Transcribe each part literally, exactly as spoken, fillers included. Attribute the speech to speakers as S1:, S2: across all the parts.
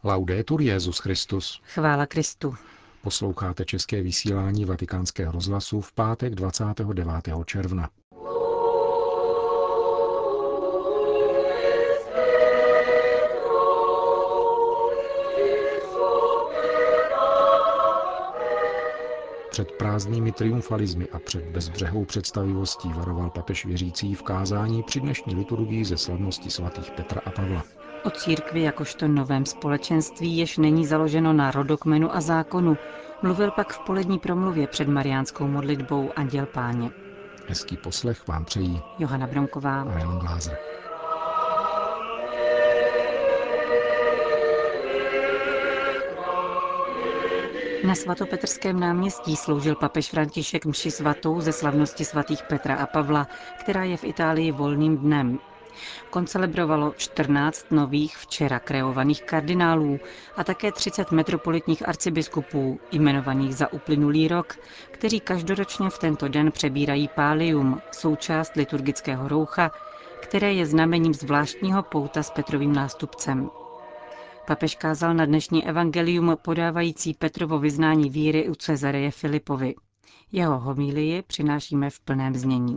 S1: Laudetur Jesus Christus.
S2: Chvála Kristu.
S1: Posloucháte české vysílání Vatikánského rozhlasu v pátek dvacátého devátého června. Před prázdnými triumfalismy a před bezbřehou představivostí varoval papež věřící v kázání při dnešní liturgii ze slavnosti svatých Petra a Pavla.
S2: O církvi jakožto novém společenství, jež není založeno na rodokmenu a zákonu, mluvil pak v polední promluvě před mariánskou modlitbou Anděl Páně.
S1: Hezký poslech vám přejí
S2: Johana Bronková
S1: a Jan Glázer.
S2: Na svatopetrském náměstí sloužil papež František mši svatou ze slavnosti svatých Petra a Pavla, která je v Itálii volným dnem. Koncelebrovalo čtrnáct nových včera kreovaných kardinálů a také třicet metropolitních arcibiskupů, jmenovaných za uplynulý rok, kteří každoročně v tento den přebírají pálium, součást liturgického roucha, které je znamením zvláštního pouta s Petrovým nástupcem. Papež kázal na dnešní evangelium podávající Petrovo vyznání víry u Cezareje Filipovi. Jeho homílii přinášíme v plném znění.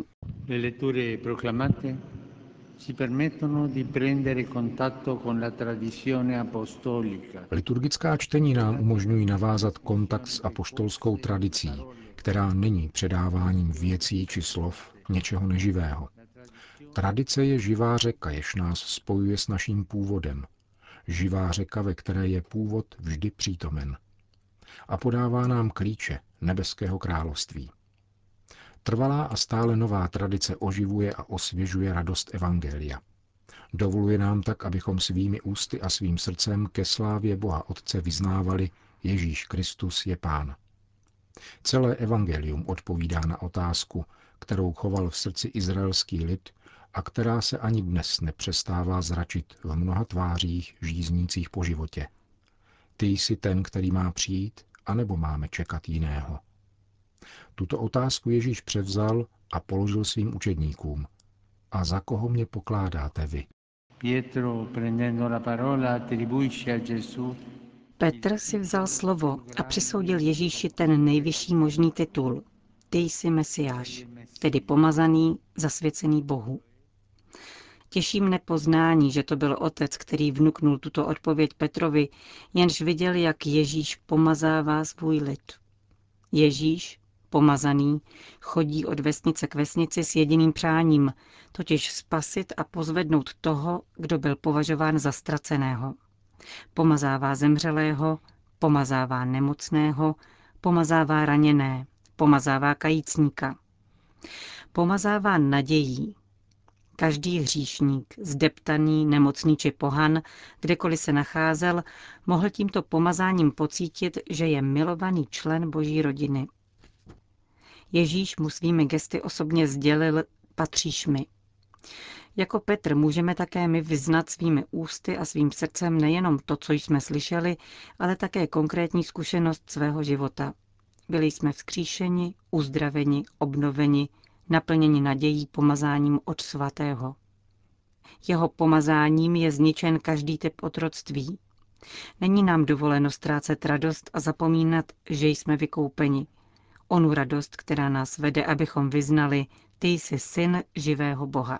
S1: Liturgická čtení nám umožňují navázat kontakt s apoštolskou tradicí, která není předáváním věcí či slov něčeho neživého. Tradice je živá řeka, jež nás spojuje s naším původem. Živá řeka, ve které je původ vždy přítomen. A podává nám klíče nebeského království. Trvalá a stále nová tradice oživuje a osvěžuje radost evangelia. Dovoluje nám tak, abychom svými ústy a svým srdcem ke slávě Boha Otce vyznávali: Ježíš Kristus je Pán. Celé evangelium odpovídá na otázku, kterou choval v srdci izraelský lid a která se ani dnes nepřestává zračit v mnoha tvářích žíznících po životě. Ty jsi ten, který má přijít, anebo máme čekat jiného? Tuto otázku Ježíš převzal a položil svým učedníkům. A za koho mě pokládáte vy?
S2: Petr si vzal slovo a přisoudil Ježíši ten nejvyšší možný titul. Ty jsi Mesiáš, tedy pomazaný, zasvěcený Bohu. Těší mne poznání, že to byl Otec, který vnuknul tuto odpověď Petrovi, jenž viděl, jak Ježíš pomazává svůj lid. Ježíš, pomazaný, chodí od vesnice k vesnici s jediným přáním, totiž spasit a pozvednout toho, kdo byl považován za ztraceného. Pomazává zemřelého, pomazává nemocného, pomazává raněné, pomazává kajícníka. Pomazává nadějí. Každý hříšník, zdeptaný, nemocný či pohan, kdekoliv se nacházel, mohl tímto pomazáním pocítit, že je milovaný člen Boží rodiny. Ježíš mu svými gesty osobně sdělil: patříš mi. Jako Petr můžeme také my vyznat svými ústy a svým srdcem nejenom to, co jsme slyšeli, ale také konkrétní zkušenost svého života. Byli jsme vzkříšeni, uzdraveni, obnoveni, naplněni nadějí pomazáním od svatého. Jeho pomazáním je zničen každý typ otroctví. Není nám dovoleno ztrácet radost a zapomínat, že jsme vykoupeni. Onu radost, která nás vede, abychom vyznali: Ty jsi syn živého Boha.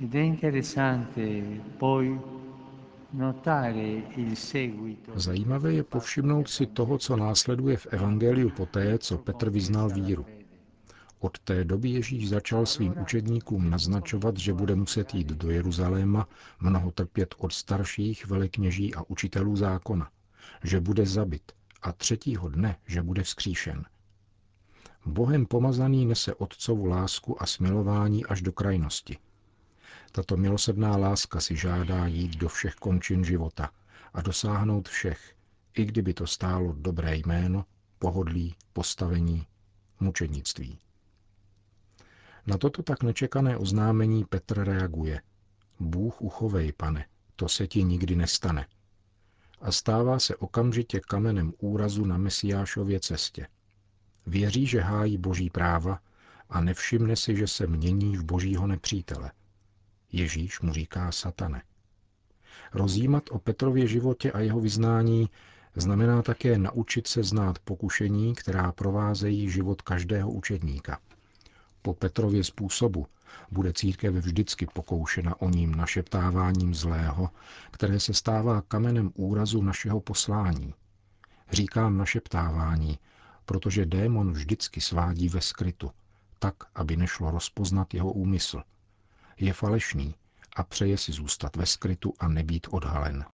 S1: Zajímavé je povšimnout si toho, co následuje v evangeliu poté, co Petr vyznal víru. Od té doby Ježíš začal svým učedníkům naznačovat, že bude muset jít do Jeruzaléma, mnoho trpět od starších, velekněží a učitelů zákona, že bude zabit a třetího dne, že bude vzkříšen. Bohem pomazaný nese otcovu lásku a smilování až do krajnosti. Tato milosrdná láska si žádá jít do všech končin života a dosáhnout všech, i kdyby to stálo dobré jméno, pohodlí, postavení, mučednictví. Na toto tak nečekané oznámení Petr reaguje: Bůh uchovej, Pane, to se ti nikdy nestane. A stává se okamžitě kamenem úrazu na Mesiášově cestě. Věří, že hájí Boží práva a nevšimne si, že se mění v Božího nepřítele. Ježíš mu říká satane. Rozjímat o Petrově životě a jeho vyznání znamená také naučit se znát pokušení, která provázejí život každého učedníka. Po Petrově způsobu bude církev vždycky pokoušena o ním našeptáváním zlého, které se stává kamenem úrazu našeho poslání. Říkám našeptávání, protože démon vždycky svádí ve skrytu, tak, aby nešlo rozpoznat jeho úmysl. Je falešný a přeje si zůstat ve skrytu a nebýt odhalen.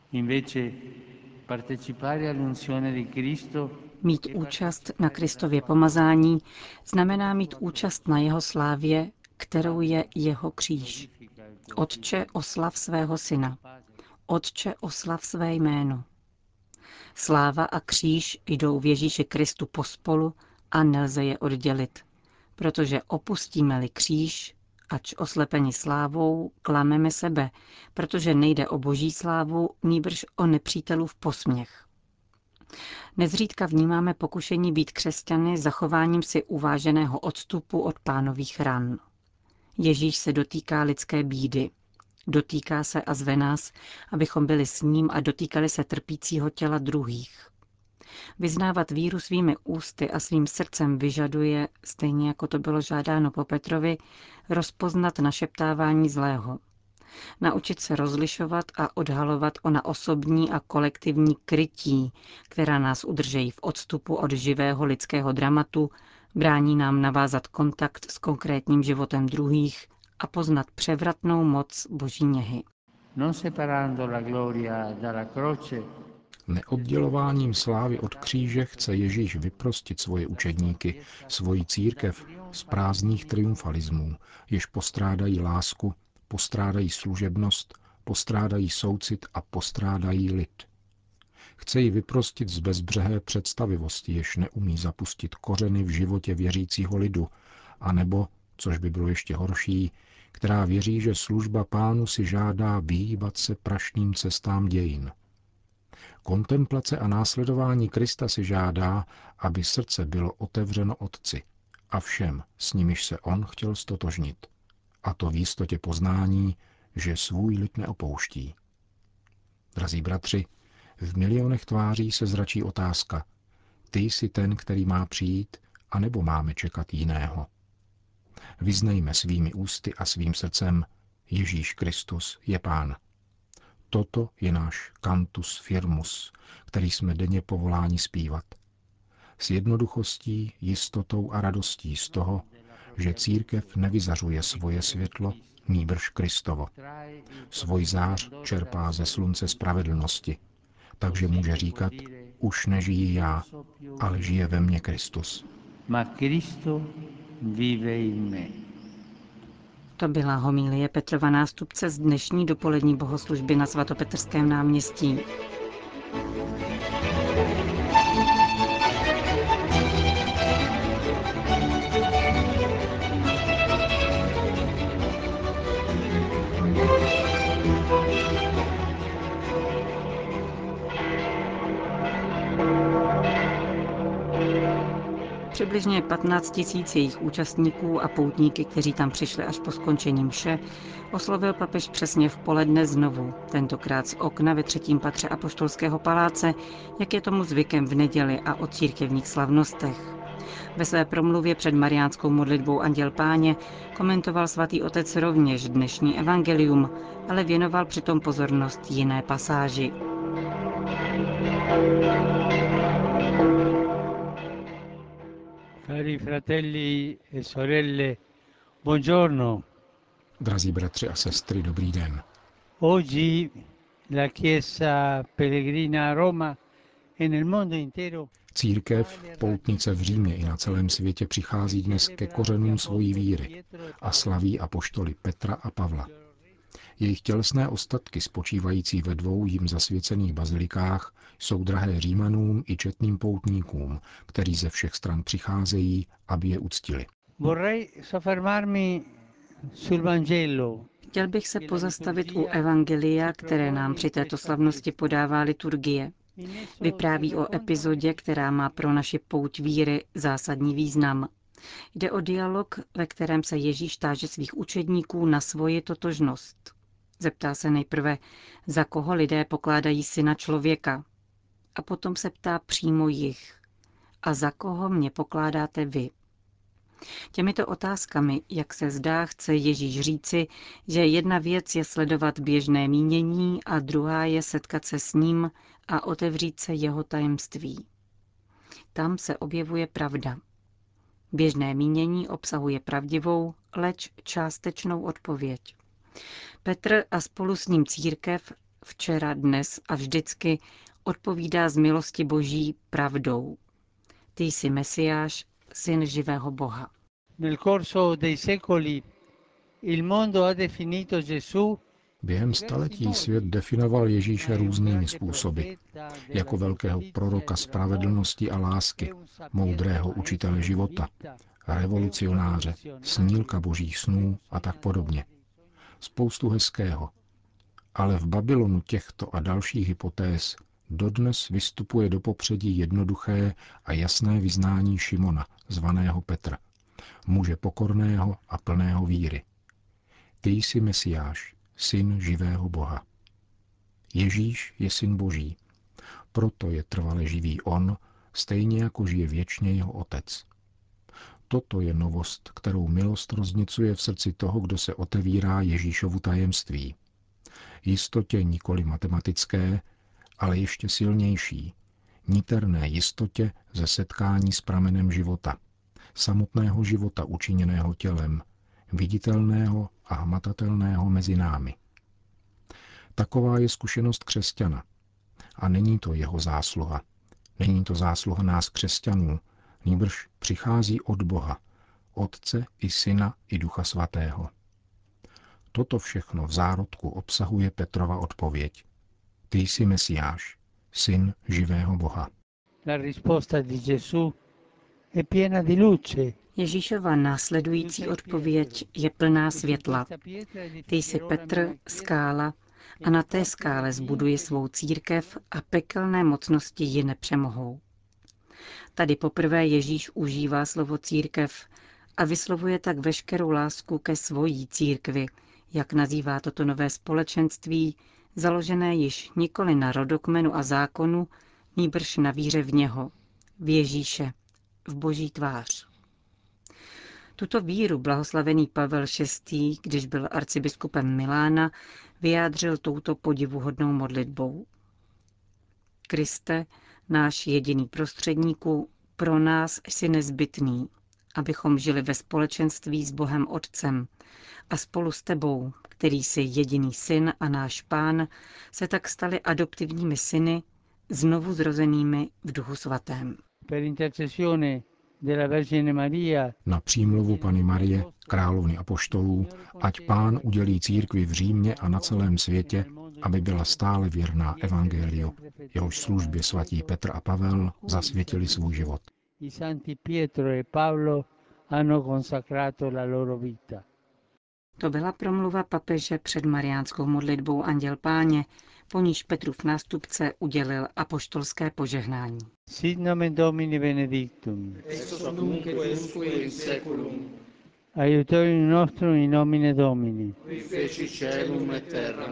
S2: Mít účast na Kristově pomazání znamená mít účast na jeho slávě, kterou je jeho kříž. Otče, oslav svého syna. Otče, oslav své jméno. Sláva a kříž jdou v Ježíši Kristu pospolu a nelze je oddělit, protože opustíme-li kříž, ač oslepeni slávou, klameme sebe, protože nejde o boží slávu, nýbrž o nepřítelův posměch. Nezřídka vnímáme pokušení být křesťany zachováním si uváženého odstupu od pánových ran. Ježíš se dotýká lidské bídy. Dotýká se a zve nás, abychom byli s ním a dotýkali se trpícího těla druhých. Vyznávat víru svými ústy a svým srdcem vyžaduje, stejně jako to bylo žádáno po Petrovi, rozpoznat našeptávání zlého. Naučit se rozlišovat a odhalovat ona osobní a kolektivní krytí, která nás udržejí v odstupu od živého lidského dramatu, brání nám navázat kontakt s konkrétním životem druhých a poznat převratnou moc boží něhy.
S1: Neoddělováním slávy od kříže chce Ježíš vyprostit svoje učedníky, svoji církev z prázdných triumfalismů, jež postrádají lásku, postrádají služebnost, postrádají soucit a postrádají lid. Chce ji vyprostit z bezbřehé představivosti, jež neumí zapustit kořeny v životě věřícího lidu, anebo, což by bylo ještě horší, která věří, že služba Pánu si žádá vyhýbat se prašným cestám dějin. Kontemplace a následování Krista si žádá, aby srdce bylo otevřeno Otci a všem, s nimiž se on chtěl stotožnit. A to v jistotě poznání, že svůj lid neopouští. Drazí bratři, v milionech tváří se zračí otázka. Ty jsi ten, který má přijít, anebo máme čekat jiného? Vyznejme svými ústy a svým srdcem, Ježíš Kristus je Pán. Toto je náš cantus firmus, který jsme denně povoláni zpívat. S jednoduchostí, jistotou a radostí z toho, že církev nevyzařuje svoje světlo, nýbrž Kristovo. Svoj zář čerpá ze slunce spravedlnosti, takže může říkat, už nežijí já, ale žije ve mně Kristus.
S2: To byla homilie Petrova nástupce z dnešní dopolední bohoslužby na svatopetrském náměstí. Přibližně patnáct tisíc jejich účastníků a poutníky, kteří tam přišli až po skončení mše, oslovil papež přesně v poledne znovu, tentokrát z okna ve třetím patře Apoštolského paláce, jak je tomu zvykem v neděli a o církevních slavnostech. Ve své promluvě před mariánskou modlitbou Anděl Páně komentoval svatý otec rovněž dnešní evangelium, ale věnoval přitom pozornost jiné pasáži.
S3: Cari fratelli e sorelle, buongiorno.
S1: Drazí bratři a sestry, dobrý den.
S3: Oggi la Chiesa pellegrina a Roma e nel mondo intero.
S1: Církev, poutnice v Římě i na celém světě přichází dnes ke kořenům svojí víry a slaví apoštoly Petra a Pavla. Jejich tělesné ostatky, spočívající ve dvou jim zasvěcených bazilikách, jsou drahé Římanům i četným poutníkům, kteří ze všech stran přicházejí, aby je uctili.
S2: Chtěl bych se pozastavit u evangelia, které nám při této slavnosti podává liturgie. Vypráví o epizodě, která má pro naši pouť víry zásadní význam. Jde o dialog, ve kterém se Ježíš táže svých učedníků na svoji totožnost. Zeptá se nejprve, za koho lidé pokládají syna člověka. A potom se ptá přímo jich. A za koho mě pokládáte vy? Těmito otázkami, jak se zdá, chce Ježíš říci, že jedna věc je sledovat běžné mínění a druhá je setkat se s ním a otevřít se jeho tajemství. Tam se objevuje pravda. Běžné mínění obsahuje pravdivou, leč částečnou odpověď. Petr a spolu s ním církev včera, dnes a vždycky odpovídá z milosti Boží pravdou. Ty jsi Mesiáš, syn živého Boha.
S3: Nel corso dei secoli il mondo ha definito Gesù
S1: Během staletí svět definoval Ježíše různými způsoby, jako velkého proroka spravedlnosti a lásky, moudrého učitele života, revolucionáře, snílka božích snů a tak podobně. Spoustu hezkého. Ale v Babylonu těchto a dalších hypotéz dodnes vystupuje do popředí jednoduché a jasné vyznání Šimona, zvaného Petr, muže pokorného a plného víry. Ty jsi Mesiáš, syn živého Boha. Ježíš je syn Boží, proto je trvale živý on, stejně jako žije věčně jeho otec. Toto je novost, kterou milost roznicuje v srdci toho, kdo se otevírá Ježíšovu tajemství. Jistotě nikoli matematické, ale ještě silnější, niterné jistotě ze setkání s pramenem života, samotného života učiněného tělem, viditelného a hmatatelného mezi námi. Taková je zkušenost křesťana. A není to jeho zásluha. Není to zásluha nás křesťanů, nýbrž přichází od Boha, Otce i Syna i Ducha Svatého. Toto všechno v zárodku obsahuje Petrova odpověď. Ty jsi Mesiáš, syn živého Boha.
S3: La risposta di Gesù è piena di luce.
S2: Ježíšova následující odpověď je plná světla. Ty jsi Petr, skála, a na té skále zbuduje svou církev a pekelné mocnosti ji nepřemohou. Tady poprvé Ježíš užívá slovo církev a vyslovuje tak veškerou lásku ke svojí církvi, jak nazývá toto nové společenství, založené již nikoli na rodokmenu a zákonu, nýbrž na víře v něho, v Ježíše, v Boží tvář. Tuto víru blahoslavený Pavel šestý., když byl arcibiskupem Milána, vyjádřil touto podivuhodnou modlitbou. Kriste, náš jediný prostředníku, pro nás jsi nezbytný, abychom žili ve společenství s Bohem Otcem a spolu s tebou, který jsi jediný syn a náš Pán, se tak stali adoptivními syny, znovu zrozenými v Duchu Svatém.
S3: Per intercessione della Vergine Maria,
S1: Na přímluvu Panny Marie, královny apoštolů, ať Pán udělí církvi v Římě a na celém světě, aby byla stále věrná evangeliu, jehož službě svatí Petr a Pavel zasvětili svůj život.
S3: i santi Pietro e Paolo hanno consacrato la loro vita.
S2: To byla promluva papeže před mariánskou modlitbou Anděl Páně, po níž Petrův nástupce udělil apoštolské požehnání.
S3: Sit nomen Domini benedictum.
S4: Ex hoc nunc et usque in seculum,
S3: Aiutorium nostrum in nomine Domini.
S4: qui feci caelum et terram.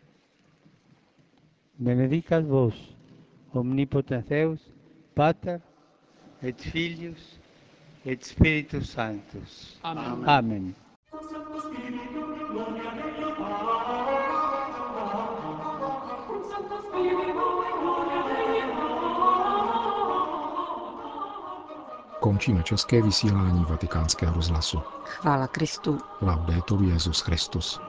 S3: Benedicat vos, omnipotens Deus, Pater, et Filius, et Spiritus Sanctus.
S4: Amen.
S3: Amen.
S1: Končíme české vysílání Vatikánského rozhlasu.
S2: Chvála Kristu.
S1: Laudetur Jesus Christus.